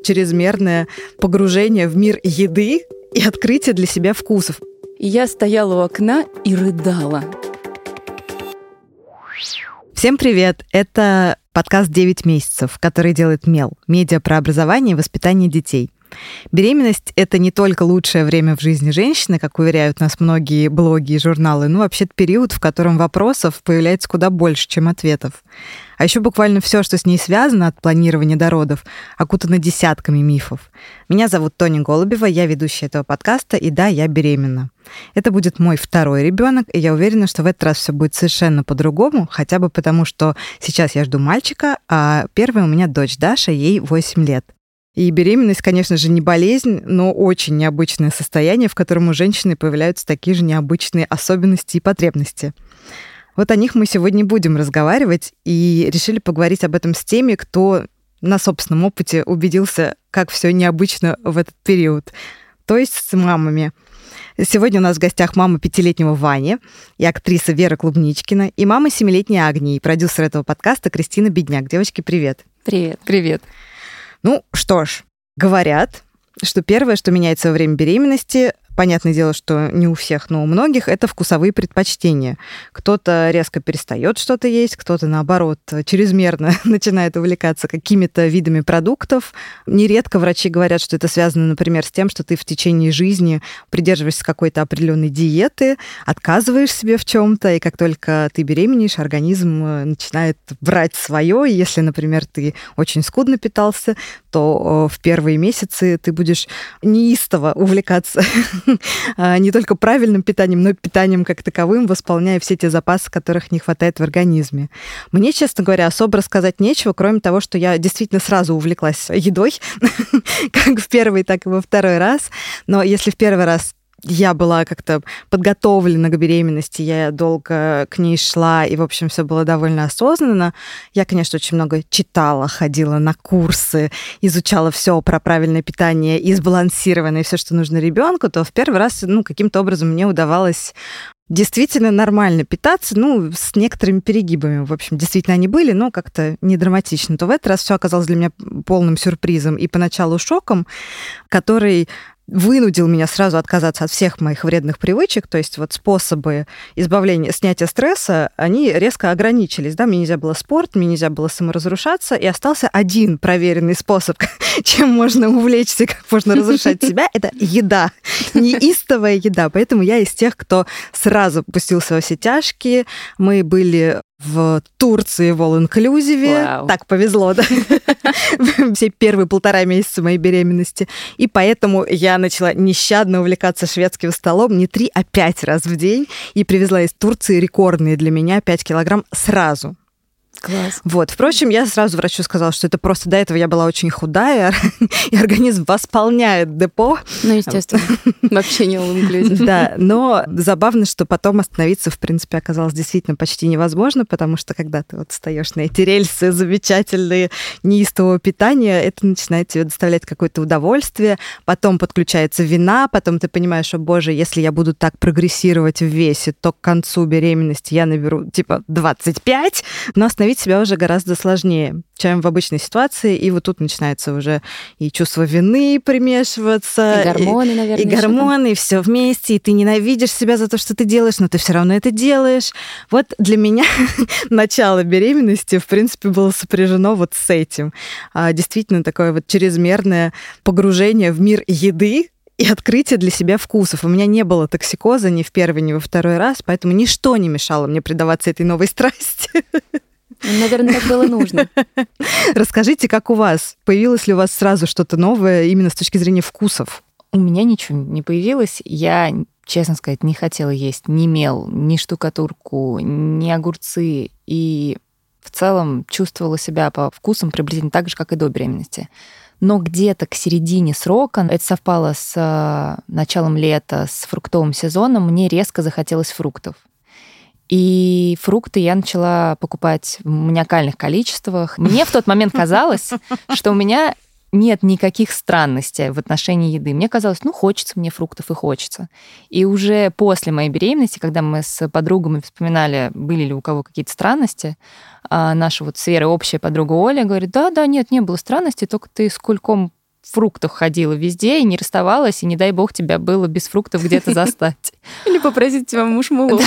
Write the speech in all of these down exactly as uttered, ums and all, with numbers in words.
чрезмерное погружение в мир еды и открытие для себя вкусов. И я стояла у окна и рыдала. Всем привет! Это подкаст «девять месяцев», который делает МЕЛ, медиа про образование и воспитание детей. Беременность — это не только лучшее время в жизни женщины, как уверяют нас многие блоги и журналы, но вообще-то период, в котором вопросов появляется куда больше, чем ответов. А еще буквально все, что с ней связано, от планирования до родов, окутано десятками мифов. Меня зовут Тоня Голубева, я ведущая этого подкаста, и да, я беременна. Это будет мой второй ребенок, и я уверена, что в этот раз все будет совершенно по-другому, хотя бы потому, что сейчас я жду мальчика, а первая у меня дочь Даша, ей восемь лет. И беременность, конечно же, не болезнь, но очень необычное состояние, в котором у женщины появляются такие же необычные особенности и потребности. Вот о них мы сегодня будем разговаривать, и решили поговорить об этом с теми, кто на собственном опыте убедился, как все необычно в этот период, то есть с мамами. Сегодня у нас в гостях мама пятилетнего Вани и актриса Вера Клубничкина, и мама семилетней Агнии, и продюсер этого подкаста Кристина Бедняк. Девочки, привет. Привет. Привет. Ну что ж, говорят, что первое, что меняется во время беременности, понятное дело, что не у всех, но у многих, это вкусовые предпочтения. Кто-то резко перестает что-то есть, кто-то, наоборот, чрезмерно начинает увлекаться какими-то видами продуктов. Нередко врачи говорят, что это связано, например, с тем, что ты в течение жизни придерживаешься какой-то определенной диеты, отказываешь себе в чем-то, и как только ты беременеешь, организм начинает брать свое. И если, например, ты очень скудно питался, то в первые месяцы ты будешь неистово увлекаться не только правильным питанием, но и питанием как таковым, восполняя все те запасы, которых не хватает в организме. Мне, честно говоря, особо рассказать нечего, кроме того, что я действительно сразу увлеклась едой, как в первый, так и во второй раз. Но если в первый раз я была как-то подготовлена к беременности, я долго к ней шла, и, в общем, все было довольно осознанно. Я, конечно, очень много читала, ходила на курсы, изучала все про правильное питание и сбалансированное, и все, что нужно ребенку, то в первый раз, ну, каким-то образом мне удавалось действительно нормально питаться, ну, с некоторыми перегибами. В общем, действительно они были, но как-то не драматично. То в этот раз все оказалось для меня полным сюрпризом и поначалу шоком, который вынудил меня сразу отказаться от всех моих вредных привычек, то есть вот способы избавления, снятия стресса, они резко ограничились, да, мне нельзя было спорт, мне нельзя было саморазрушаться, и остался один проверенный способ, чем можно увлечься, как можно разрушать себя, это еда, неистовая еда, поэтому я из тех, кто сразу пустился во все тяжкие, мы были в Турции в all-inclusive. Wow. Так повезло, да? Все первые полтора месяца моей беременности. И поэтому я начала нещадно увлекаться шведским столом не три, а пять раз в день. И привезла из Турции рекордные для меня пять килограмм сразу. Класс. Вот. Впрочем, я сразу врачу сказала, что это просто до этого я была очень худая, и организм восполняет депо. Ну, естественно. Вообще не all-inclusive. Да, но забавно, что потом остановиться, в принципе, оказалось действительно почти невозможно, потому что когда ты вот встаешь на эти рельсы замечательные неистового питания, это начинает тебе доставлять какое-то удовольствие, потом подключается вина, потом ты понимаешь, о боже, если я буду так прогрессировать в весе, то к концу беременности я наберу типа двадцать пять, но остановить себя уже гораздо сложнее, чем в обычной ситуации. И вот тут начинается уже и чувство вины примешиваться. И гормоны, и, наверное. И гормоны, и все вместе. И ты ненавидишь себя за то, что ты делаешь, но ты все равно это делаешь. Вот для меня начало беременности, в принципе, было сопряжено вот с этим. Действительно, такое вот чрезмерное погружение в мир еды, и открытие для себя вкусов. У меня не было токсикоза ни в первый, ни во второй раз, поэтому ничто не мешало мне предаваться этой новой страсти. Наверное, так было нужно. Расскажите, как у вас? Появилось ли у вас сразу что-то новое именно с точки зрения вкусов? У меня ничего не появилось. Я, честно сказать, не хотела есть ни мел, ни штукатурку, ни огурцы. И в целом чувствовала себя по вкусам приблизительно так же, как и до беременности. Но где-то к середине срока, это совпало с началом лета, с фруктовым сезоном, мне резко захотелось фруктов. И фрукты я начала покупать в маниакальных количествах. Мне в тот момент казалось, что у меня нет никаких странностей в отношении еды. Мне казалось, ну, хочется мне фруктов и хочется. И уже после моей беременности, когда мы с подругами вспоминали, были ли у кого какие-то странности, наша вот с Верой общая подруга Оля говорит, да-да, нет, не было странностей, только ты с кульком фруктах ходила везде и не расставалась, и не дай бог тебя было без фруктов где-то застать. Или попросить тебя муж-мулу.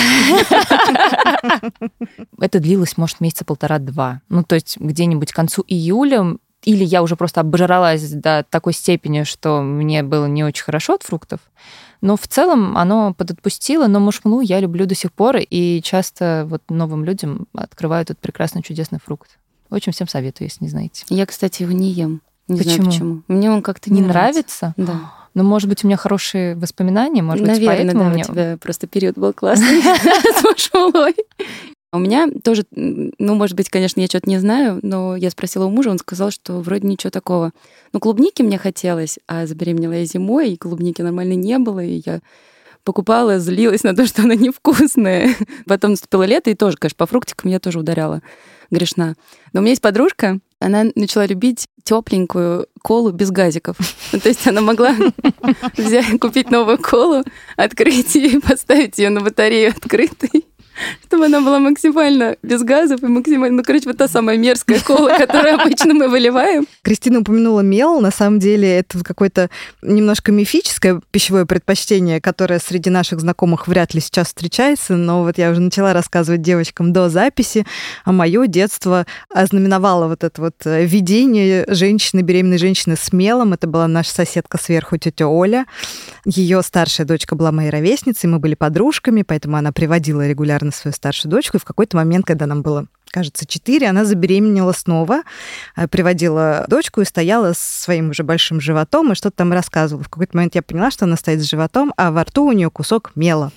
Это длилось, может, месяца полтора-два. Ну, то есть где-нибудь к концу июля, или я уже просто обжралась до такой степени, что мне было не очень хорошо от фруктов. Но в целом оно подотпустило, но мушмулу я люблю до сих пор, и часто вот новым людям открываю этот прекрасный, чудесный фрукт. Очень всем советую, если не знаете. Я, кстати, его не ем. Не почему? знаю почему. Мне он как-то не, не нравится. нравится. Да. Ну, может быть, у меня хорошие воспоминания, может Наверное, быть, поэтому да, мне... у тебя просто период был классный с мушмулой. У меня тоже, ну, может быть, конечно, я что-то не знаю, но я спросила у мужа, он сказал, что вроде ничего такого. Ну, клубники мне хотелось, а забеременела я зимой, и клубники нормально не было, и я покупала, злилась на то, что она невкусная. Потом наступило лето, и тоже, конечно, по фруктикам я тоже ударяла грешна. Но у меня есть подружка, она начала любить тепленькую колу без газиков. Ну, то есть она могла взять, купить новую колу, открыть ее и поставить ее на батарею открытой, чтобы она была максимально без газов и максимально... Ну, короче, вот та самая мерзкая кола, которую обычно мы выливаем. Кристина упомянула мел. На самом деле это какое-то немножко мифическое пищевое предпочтение, которое среди наших знакомых вряд ли сейчас встречается, но вот я уже начала рассказывать девочкам до записи, а мое детство ознаменовало вот это вот видение женщины, беременной женщины с мелом. Это была наша соседка сверху, тетя Оля. Ее старшая дочка была моей ровесницей, мы были подружками, поэтому она приводила регулярно свою старшую дочку, и в какой-то момент, когда нам было, кажется, четыре, она забеременела снова, приводила дочку и стояла с своим уже большим животом и что-то там рассказывала. В какой-то момент я поняла, что она стоит с животом, а во рту у нее кусок мела,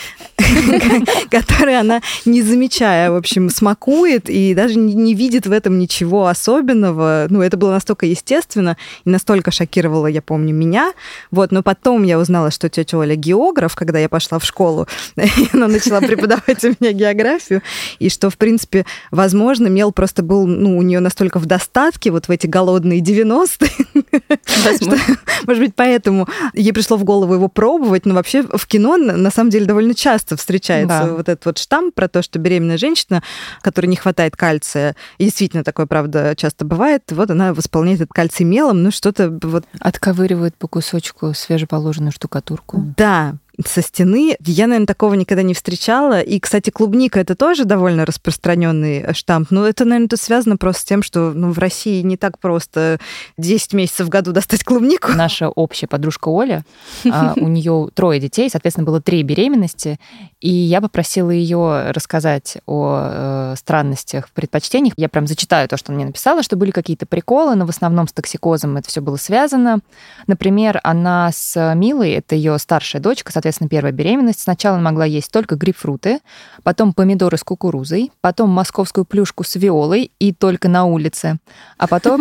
который она, не замечая, в общем, смакует и даже не видит в этом ничего особенного. Ну, это было настолько естественно и настолько шокировало, я помню, меня. Вот, но потом я узнала, что тетя Оля географ, когда я пошла в школу, и она начала преподавать у меня географию, и что, в принципе, возможно, мел просто был, ну, у нее настолько в достатке вот в эти голодные девяностые, что, может быть, поэтому ей пришло в голову его пробовать, но вообще в кино, на самом деле, довольно часто встречается да. вот этот вот штамп про то, что беременная женщина, которой не хватает кальция, и действительно такое, правда, часто бывает, вот она восполняет этот кальций мелом, ну что-то вот... Отковыривает по кусочку свежеположенную штукатурку. Да, со стены. Я, наверное, такого никогда не встречала. И, кстати, клубника — это тоже довольно распространенный штамп. Но это, наверное, это связано просто с тем, что ну, в России не так просто десять месяцев в году достать клубнику. Наша общая подружка Оля, у нее трое детей, соответственно, было три беременности. И я попросила ее рассказать о странностях в предпочтениях. Я прям зачитаю то, что она мне написала, что были какие-то приколы, но в основном с токсикозом это все было связано. Например, она с Милой, это ее старшая дочка, соответственно, Соответственно, первая беременность. Сначала она могла есть только грейпфруты, потом помидоры с кукурузой, потом московскую плюшку с виолой и только на улице, а потом...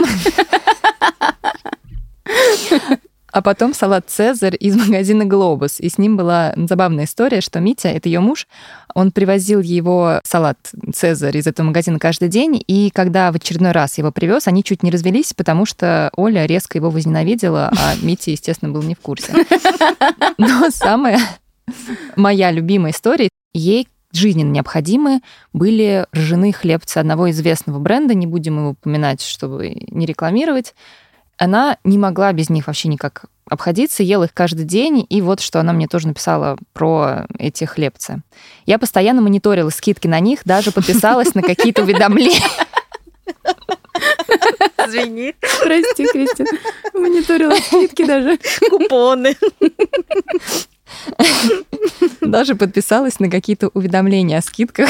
А потом салат «Цезарь» из магазина «Глобус». И с ним была забавная история, что Митя, это ее муж, он привозил его салат «Цезарь» из этого магазина каждый день, и когда в очередной раз его привез, они чуть не развелись, потому что Оля резко его возненавидела, а Митя, естественно, был не в курсе. Но самая моя любимая история, ей жизненно необходимы были ржаные хлебцы одного известного бренда, не будем его упоминать, чтобы не рекламировать. Она не могла без них вообще никак обходиться, ела их каждый день, и вот что она мне тоже написала про эти хлебцы. Я постоянно мониторила скидки на них, даже подписалась на какие-то уведомления. Извини. Прости, Кристина. Мониторила скидки даже. Купоны. Даже подписалась на какие-то уведомления о скидках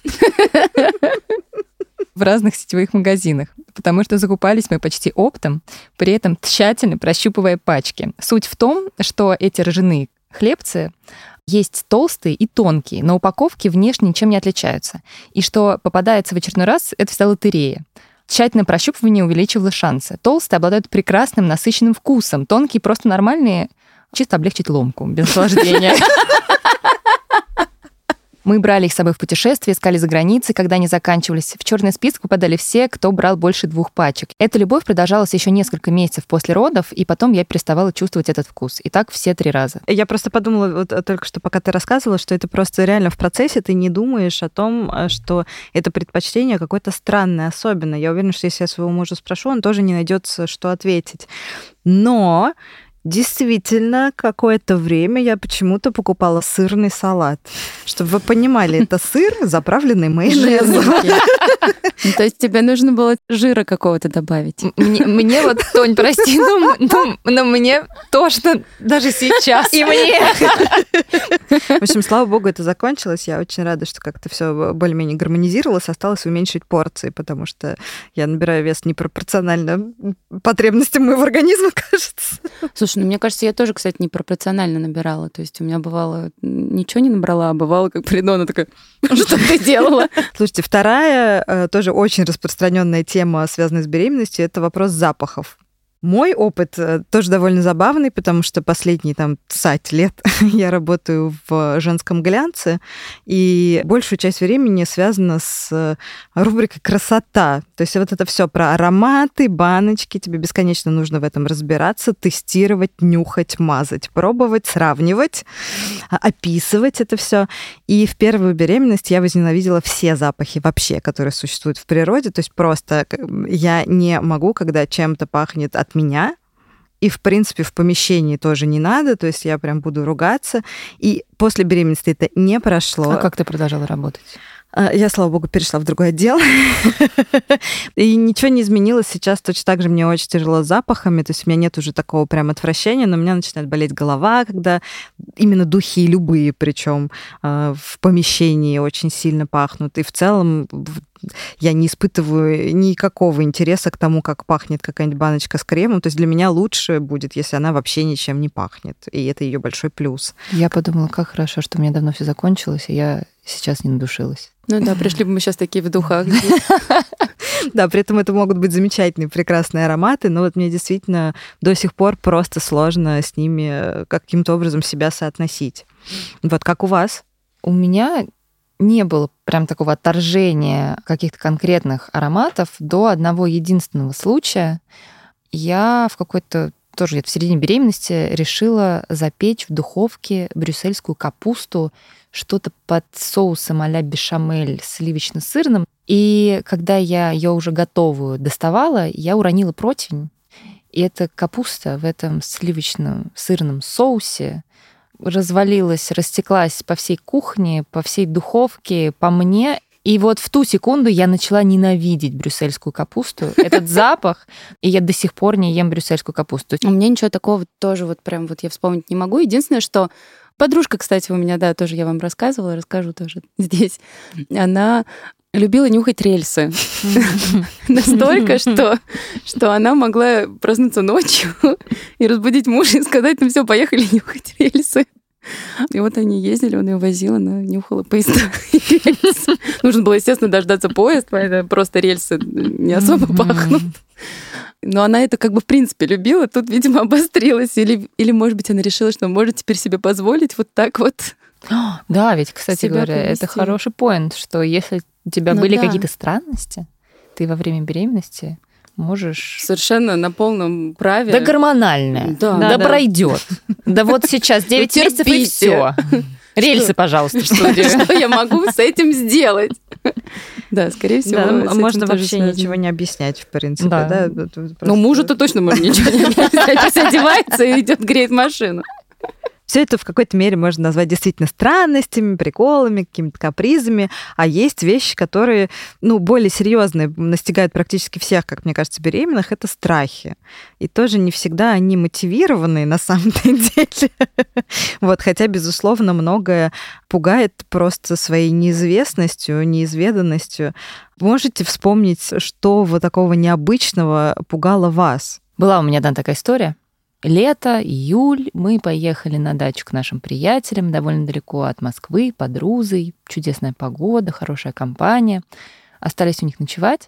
в разных сетевых магазинах, потому что закупались мы почти оптом, при этом тщательно прощупывая пачки. Суть в том, что эти ржаные хлебцы есть толстые и тонкие, на упаковке внешне ничем не отличаются. И что попадается в очередной раз, это вся лотерея. Тщательное прощупывание увеличивало шансы. Толстые обладают прекрасным насыщенным вкусом, тонкие просто нормальные, чисто облегчить ломку, без наслаждения. Мы брали их с собой в путешествие, искали за границей, когда они заканчивались. В черный список попадали все, кто брал больше двух пачек. Эта любовь продолжалась еще несколько месяцев после родов, и потом я переставала чувствовать этот вкус. И так все три раза. Я просто подумала, вот только что, пока ты рассказывала, что это просто реально в процессе ты не думаешь о том, что это предпочтение какое-то странное, особенное. Я уверена, что если я своего мужа спрошу, он тоже не найдется, что ответить. Но действительно, какое-то время я почему-то покупала сырный салат. Чтобы вы понимали, это сыр, заправленный майонезом. То есть тебе нужно было жира какого-то добавить? Мне вот, Тонь, прости, но мне тошно даже сейчас. И мне. В общем, слава богу, это закончилось. Я очень рада, что как-то все более-менее гармонизировалось. Осталось уменьшить порции, потому что я набираю вес непропорционально потребностям моего организма, кажется. Слушай, ну мне кажется, я тоже, кстати, непропорционально набирала. То есть у меня бывало, ничего не набрала, а бывало, как Придона такая, что ты делала? Слушайте, вторая, тоже очень распространенная тема, связанная с беременностью, это вопрос запахов. Мой опыт тоже довольно забавный, потому что последние там сать лет я работаю в женском глянце, и большую часть времени связана с рубрикой «Красота». То есть вот это все про ароматы, баночки, тебе бесконечно нужно в этом разбираться, тестировать, нюхать, мазать, пробовать, сравнивать, описывать это все. И в первую беременность я возненавидела все запахи вообще, которые существуют в природе. То есть просто я не могу, когда чем-то пахнет от меня, и, в принципе, в помещении тоже не надо, то есть я прям буду ругаться. И после беременности это не прошло. А как ты продолжала работать? Я, слава богу, перешла в другой отдел. И ничего не изменилось. Сейчас точно так же мне очень тяжело с запахами. То есть у меня нет уже такого прям отвращения, но у меня начинает болеть голова, когда именно духи любые, причем в помещении очень сильно пахнут. И в целом я не испытываю никакого интереса к тому, как пахнет какая-нибудь баночка с кремом. То есть для меня лучше будет, если она вообще ничем не пахнет. И это ее большой плюс. Я подумала, как хорошо, что у меня давно все закончилось, и я сейчас не надушилась. Ну да, пришли бы мы сейчас такие в духах. Да, при этом это могут быть замечательные, прекрасные ароматы, но вот мне действительно до сих пор просто сложно с ними каким-то образом себя соотносить. Вот как у вас? У меня не было прям такого отторжения каких-то конкретных ароматов до одного единственного случая. Я в какой-то тоже в середине беременности решила запечь в духовке брюссельскую капусту, что-то под соусом а-ля бешамель сливочно-сырным. И когда я ее уже готовую доставала, я уронила противень. И эта капуста в этом сливочном сырном соусе развалилась, растеклась по всей кухне, по всей духовке, по мне. И вот в ту секунду я начала ненавидеть брюссельскую капусту, этот запах, и я до сих пор не ем брюссельскую капусту. У меня ничего такого тоже вот прям вот я вспомнить не могу. Единственное, что подружка, кстати, у меня, да, тоже я вам рассказывала, расскажу тоже здесь. Она любила нюхать рельсы. Настолько, что, что она могла проснуться ночью и разбудить мужа и сказать, ну все, поехали нюхать рельсы. И вот они ездили, он ее возил, она нюхала поезда и рельсы. Нужно было, естественно, дождаться поезд, поэтому просто рельсы не особо пахнут. Но она это как бы в принципе любила, тут, видимо, обострилась. Или, или может быть, она решила, что может теперь себе позволить вот так вот. Да, ведь, кстати говоря, повести. Это хороший поинт, что если у тебя ну, были да. какие-то странности, ты во время беременности можешь... Совершенно на полном праве. Да гормональная. Да, да, да. пройдет. Да вот сейчас девять месяцев и все. Рельсы, пожалуйста, в студию. Что я могу с этим сделать? Да, скорее всего. Да, можно вообще ничего не объяснять, в принципе. Да. Да? Ну, мужу-то точно можно ничего не объяснять. Пусть одевается и идет греть машину. Все это в какой-то мере можно назвать действительно странностями, приколами, какими-то капризами, а есть вещи, которые, ну, более серьезные, настигают практически всех, как мне кажется, беременных, это страхи. И тоже не всегда они мотивированные на самом-то деле. Вот, хотя, безусловно, многое пугает просто своей неизвестностью, неизведанностью. Можете вспомнить, что вот такого необычного пугало вас? Была у меня одна такая история. Лето, июль, мы поехали на дачу к нашим приятелям, довольно далеко от Москвы, под Рузой, чудесная погода, хорошая компания. Остались у них ночевать.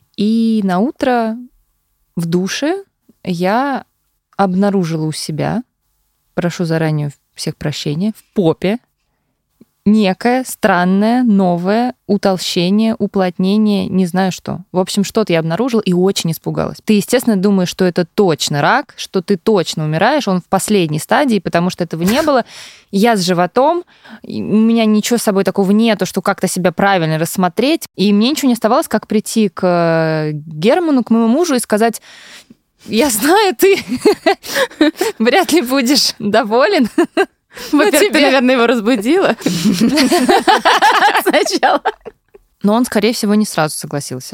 И на утро в душе я обнаружила у себя, прошу заранее всех прощения, в попе некое странное, новое утолщение, уплотнение, не знаю что. В общем, что-то я обнаружила и очень испугалась. Ты, естественно, думаешь, что это точно рак, что ты точно умираешь, он в последней стадии, потому что этого не было. Я с животом, у меня ничего с собой такого нету, что как-то себя правильно рассмотреть. И мне ничего не оставалось, как прийти к Герману, к моему мужу и сказать: я знаю, ты вряд ли будешь доволен. Во-первых, ты, наверное, его разбудила сначала. Но он, скорее всего, не сразу согласился.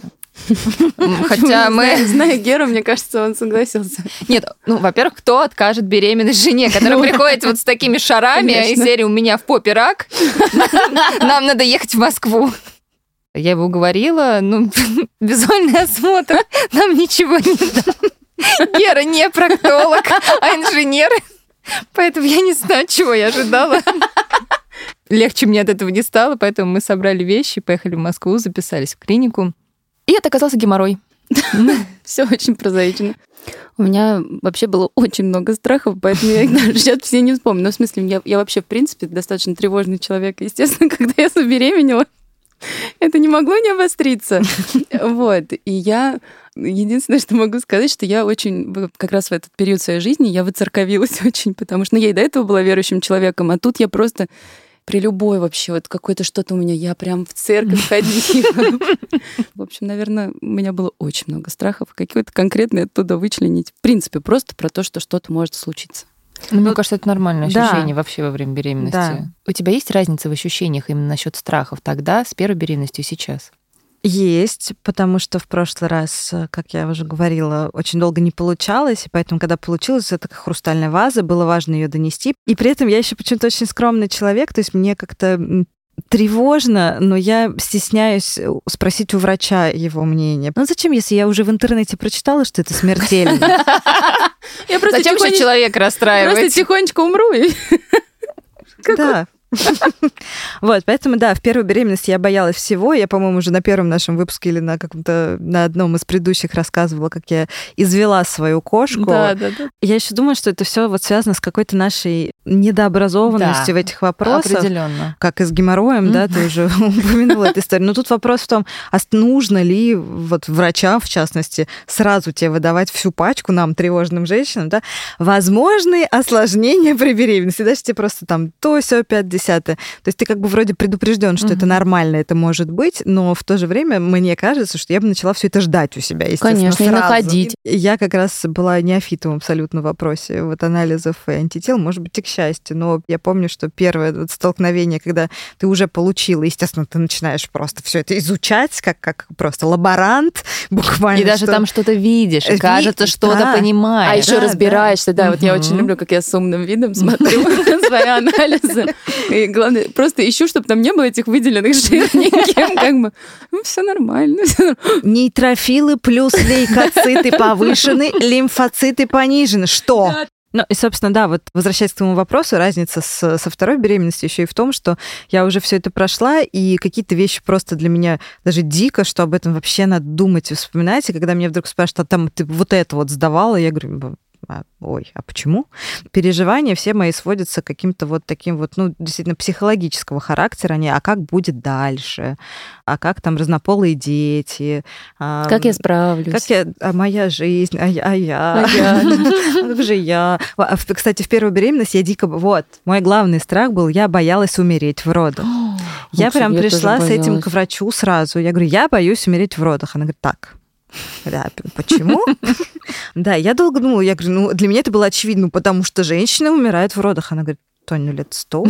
Хотя мы... Зная Геру, мне кажется, он согласился. Нет, ну, во-первых, кто откажет беременной жене, которая приходит вот с такими шарами, из серии «У меня в попе рак, нам надо ехать в Москву». Я его уговорила, ну, визуальный осмотр нам ничего не дал. Гера не проктолог, а инженер. Поэтому я не знаю, чего я ожидала. Легче мне от этого не стало, поэтому мы собрали вещи, поехали в Москву, записались в клинику. И это оказался геморрой. Все очень прозаично. У меня вообще было очень много страхов, поэтому я их даже сейчас все не вспомню. Ну, в смысле, я, я вообще, в принципе, достаточно тревожный человек. Естественно, когда я забеременела, это не могло не обостриться. Вот. И я... Единственное, что могу сказать, что я очень... Как раз в этот период своей жизни я выцерковилась очень, потому что ну, я и до этого была верующим человеком, а тут я просто при любой вообще вот какое-то что-то у меня, я прям в церковь ходила. В общем, наверное, у меня было очень много страхов. Какие-то конкретные оттуда вычленить. В принципе, просто про то, что что-то может случиться. Ну, мне кажется, это нормальное ощущение да. вообще во время беременности. Да. У тебя есть разница в ощущениях именно насчет страхов тогда, с первой беременностью и сейчас? Есть, потому что в прошлый раз, как я уже говорила, очень долго не получалось, и поэтому, когда получилось, это как хрустальная ваза, было важно ее донести. И при этом я еще почему-то очень скромный человек, то есть мне как-то тревожно, но я стесняюсь спросить у врача его мнение. Ну зачем, если я уже в интернете прочитала, что это смертельно? Зачем же человек расстраивать? Просто тихонечко умру. Да. Вот, поэтому, да, в первую беременность я боялась всего. Я, по-моему, уже на первом нашем выпуске или на каком-то, на одном из предыдущих рассказывала, как я извела свою кошку. Да, да, да. Я еще думаю, что это все вот связано с какой-то нашей недообразованностью да, в этих вопросах. Определенно. Как и с геморроем, mm-hmm. да, ты уже упомянула эту историю. Но тут вопрос в том, а нужно ли вот врачам, в частности, сразу тебе выдавать всю пачку, нам, тревожным женщинам, да, возможные осложнения при беременности. Дальше тебе просто там то, сё, пять-десятое. То есть ты как бы вроде предупрежден, что mm-hmm. это нормально, это может быть, но в то же время мне кажется, что я бы начала все это ждать у себя, естественно, конечно, сразу. И находить. Я как раз была неофитом абсолютно в вопросе вот анализов и антител, может быть, и к счастью, но я помню, что первое вот столкновение, когда ты уже получила, естественно, ты начинаешь просто все это изучать, как, как просто лаборант, буквально. И даже что... там что-то видишь, и кажется, что-то да. понимаешь. А еще да, разбираешься, да, да. Вот я очень люблю, как я с умным видом смотрю на свои анализы. И главное, просто ищу, чтобы там не было этих выделенных жирненьким, как бы, ну, все нормально. Нейтрофилы плюс лейкоциты повышены, лимфоциты понижены. Что? Ну, и, собственно, да, вот возвращаясь к твоему вопросу, разница с, со второй беременностью еще и в том, что я уже все это прошла, и какие-то вещи просто для меня даже дико, что об этом вообще надо думать и вспоминать. И когда меня вдруг спрашивают, а там ты вот это вот сдавала, я говорю, а, ой, а почему? Переживания все мои сводятся к каким-то вот таким вот, ну, действительно, психологического характера. Они, а как будет дальше? А как там разнополые дети? А, как я справлюсь? Как я, а моя жизнь? А я? А я? А я? Как же я? Кстати, в первую беременность я дико... Вот, мой главный страх был, я боялась умереть в родах. Я прям пришла с этим к врачу сразу. Я говорю, я боюсь умереть в родах. Она говорит, так... Да, почему? Да, я долго думала, я говорю, ну, для меня это было очевидно, потому что женщина умирает в родах. Она говорит, Тоня, лет сто.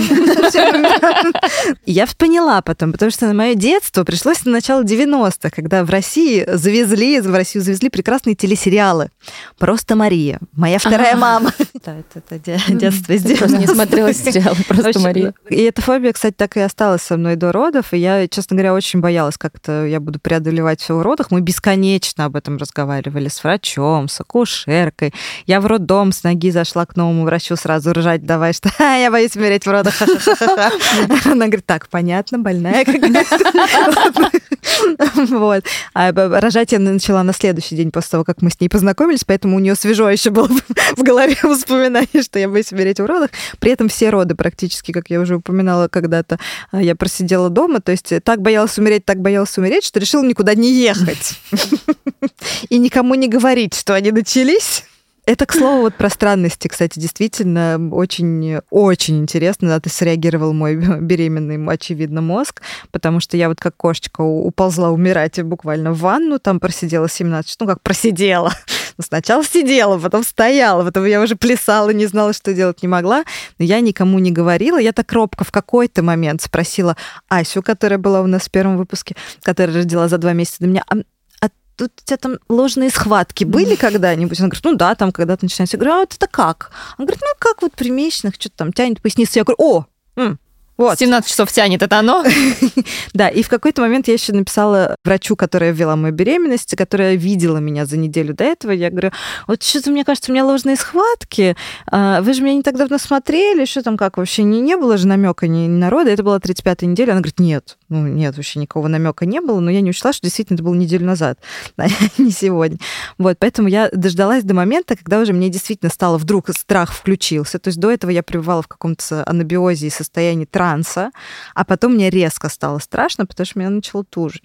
И я поняла потом, потому что на мое детство пришлось на начало девяностых, когда в России завезли, в Россию завезли прекрасные телесериалы. «Просто Мария», «Моя вторая мама». Да, это детство сделано. Просто не смотрела сериалы «Просто Мария». И эта фобия, кстати, так и осталась со мной до родов, и я, честно говоря, очень боялась, как-то я буду преодолевать все в родах. Мы бесконечно об этом разговаривали с врачом, с акушеркой. Я в роддом с ноги зашла к новому врачу сразу ржать, давай, что я боюсь умереть в родах. Она говорит, так, понятно, больная какая-то. Вот. А рожать я начала на следующий день после того, как мы с ней познакомились, поэтому у нее свежо еще было в голове воспоминание, что я боюсь умереть в родах. При этом все роды практически, как я уже упоминала когда-то, я просидела дома, то есть так боялась умереть, так боялась умереть, что решила никуда не ехать. И никому не говорить, что они начались. Это, к слову, вот про странности, кстати, действительно очень-очень интересно. На это среагировал мой беременный, очевидно, мозг, потому что я вот как кошечка уползла умирать буквально в ванну, там просидела семнадцать, ну как просидела. Сначала сидела, потом стояла, потом я уже плясала, не знала, что делать, не могла. Но я никому не говорила. Я так робко в какой-то момент спросила Асю, которая была у нас в первом выпуске, которая родила за два месяца до меня, тут у тебя там ложные схватки были когда-нибудь? Он говорит, ну да, там когда-то начинается. Я говорю, а вот это как? Он говорит, ну как вот при месячных что-то там тянет поясницу. Я говорю, о, м, вот. семнадцать часов тянет, это оно? Да, и в какой-то момент я еще написала врачу, которая вела мою беременность, которая видела меня за неделю до этого. Я говорю, вот что-то, мне кажется, у меня ложные схватки. Вы же меня не так давно смотрели, что там как вообще? Не, не было же намека ни на роды. Это была тридцать пятая неделя. Она говорит, нет, ну нет, вообще никакого намека не было, но я не учла, что действительно это было неделю назад, а не сегодня. Вот, поэтому я дождалась до момента, когда уже мне действительно стало вдруг страх включился. То есть до этого я пребывала в каком-то анабиозе и состоянии транса, а потом мне резко стало страшно, потому что меня начало тужить.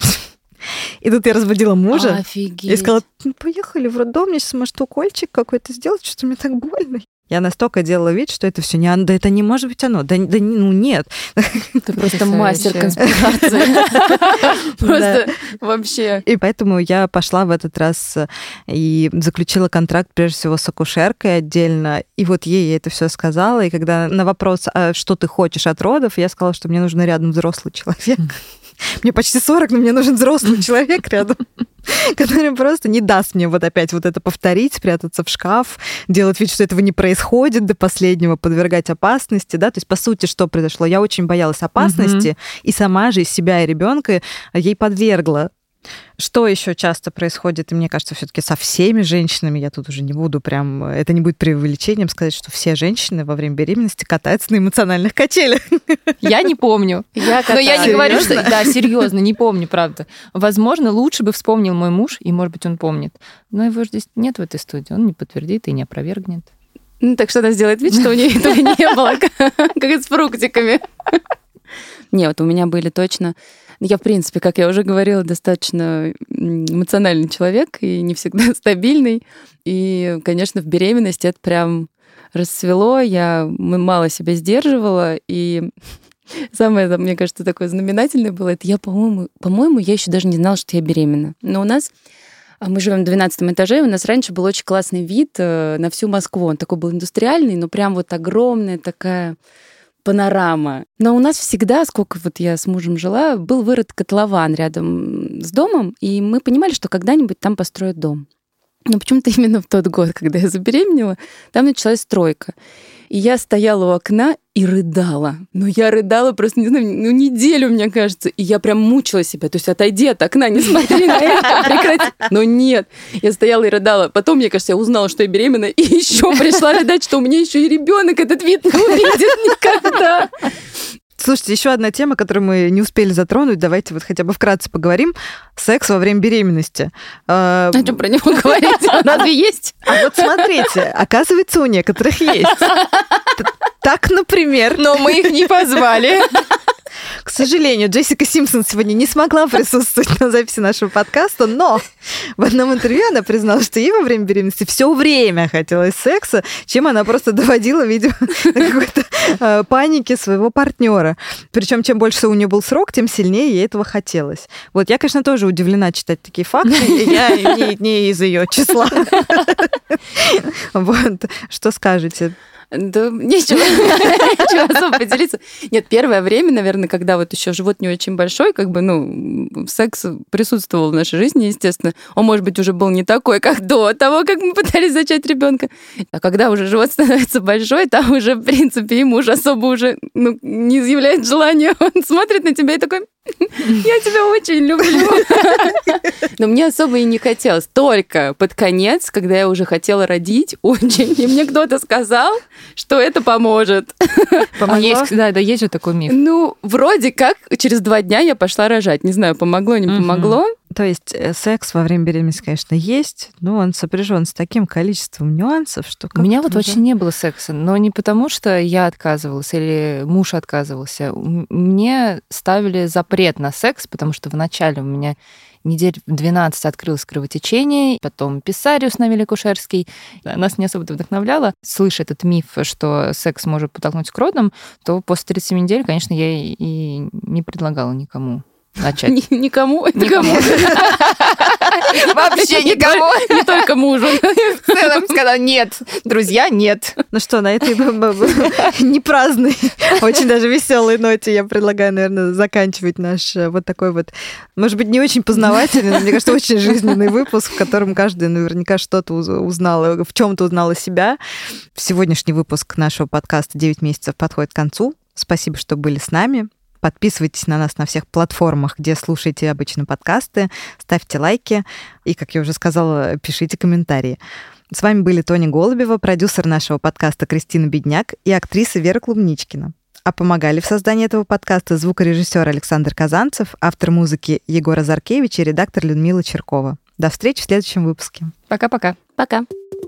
И тут я разбудила мужа. Офигеть. И сказала, ну, поехали в роддом, мне сейчас, может, укольчик какой-то сделать, что-то мне так больно. Я настолько делала вид, что это все не оно. Да это не может быть оно. Да, да ну нет. Ты просто мастер конспирации. Просто вообще. И поэтому я пошла в этот раз и заключила контракт, прежде всего, с акушеркой отдельно. И вот ей я это все сказала. И когда на вопрос, а что ты хочешь от родов, я сказала, что мне нужен рядом взрослый человек. Мне почти сорок, но мне нужен взрослый человек рядом, который просто не даст мне вот опять вот это повторить, спрятаться в шкаф, делать вид, что этого не происходит до последнего, подвергать опасности, да, то есть, по сути, что произошло? Я очень боялась опасности, mm-hmm. и сама же из себя и ребенка ей подвергла. Что еще часто происходит, и мне кажется, все-таки со всеми женщинами, я тут уже не буду прям, это не будет преувеличением сказать, что все женщины во время беременности катаются на эмоциональных качелях. Я не помню. Я Но я не говорю, что... Да, серьезно, не помню, правда. Возможно, лучше бы вспомнил мой муж, и, может быть, он помнит. Но его же здесь нет в этой студии, он не подтвердит и не опровергнет. Ну, так что она сделает вид, что у нее этого не было, как и с фруктиками. Не, вот у меня были точно... Я, в принципе, как я уже говорила, достаточно эмоциональный человек и не всегда стабильный. И, конечно, в беременности это прям расцвело. Я мало себя сдерживала. И самое, мне кажется, такое знаменательное было, это я, по-моему, по-моему, я еще даже не знала, что я беременна. Но у нас... Мы живем на двенадцатом этаже, и у нас раньше был очень классный вид на всю Москву. Он такой был индустриальный, но прям вот огромная такая... панорама. Но у нас всегда, сколько вот я с мужем жила, был вырыт котлован рядом с домом, и мы понимали, что когда-нибудь там построят дом. Но почему-то именно в тот год, когда я забеременела, там началась стройка. И я стояла у окна и рыдала. Ну, я рыдала просто, не знаю, ну, неделю, мне кажется. И я прям мучила себя. То есть отойди от окна, не смотри на это, прекрати. Но нет. Я стояла и рыдала. Потом, мне кажется, я узнала, что я беременна, и еще пришла рыдать, что у меня еще и ребенок этот вид не увидит никогда. Слушайте, еще одна тема, которую мы не успели затронуть, давайте вот хотя бы вкратце поговорим. Секс во время беременности. А что про него говорить? Разве есть? А вот смотрите, оказывается, у некоторых есть. Так, например... Но мы их не позвали. К сожалению, Джессика Симпсон сегодня не смогла присутствовать на записи нашего подкаста, но в одном интервью она призналась, что ей во время беременности все время хотелось секса, чем она просто доводила, видимо, до какой-то э, паники своего партнера. Причем, чем больше у нее был срок, тем сильнее ей этого хотелось. Вот я, конечно, тоже удивлена читать такие факты, я не, не из ее числа. Вот, что скажете? Да нечего, нечего особо поделиться. Нет, первое время, наверное, когда вот еще живот не очень большой, как бы, ну, секс присутствовал в нашей жизни, естественно. Он, может быть, уже был не такой, как до того, как мы пытались зачать ребенка. А когда уже живот становится большой, там уже, в принципе, ему уже особо уже ну, не изъявляет желания. Он смотрит на тебя и такой... Я тебя очень люблю. Но мне особо и не хотелось. Только под конец, когда я уже хотела родить очень, и мне кто-то сказал, что это поможет. Помогло? Есть, да, да, есть же такой миф. Ну, вроде как через два дня я пошла рожать. Не знаю, помогло, не помогло. То есть секс во время беременности, конечно, есть, но он сопряжен с таким количеством нюансов, что... У меня вот уже... вообще не было секса, но не потому, что я отказывалась или муж отказывался. Мне ставили запрет на секс, потому что вначале у меня недель в двенадцать открылось кровотечение, потом писариус навили-акушерский. Нас не особо вдохновляло. Слыша этот миф, что секс может подтолкнуть к родам, то после тридцати недель, конечно, я и не предлагала никому начать. Никому? Никому. Вообще никому. Не только мужу. В целом сказала, нет, друзья, нет. Ну что, на этой непраздной, очень даже веселой ноте я предлагаю, наверное, заканчивать наш вот такой вот, может быть, не очень познавательный, но, мне кажется, очень жизненный выпуск, в котором каждый наверняка что-то узнал, в чем-то узнала себя. Сегодняшний выпуск нашего подкаста «девять месяцев» подходит к концу. Спасибо, что были с нами. Подписывайтесь на нас на всех платформах, где слушаете обычно подкасты, ставьте лайки и, как я уже сказала, пишите комментарии. С вами были Тоня Голубева, продюсер нашего подкаста Кристина Бедняк и актриса Вера Клубничкина. А помогали в создании этого подкаста звукорежиссер Александр Казанцев, автор музыки Егор Азаркевич и редактор Людмила Черкова. До встречи в следующем выпуске. Пока-пока. Пока.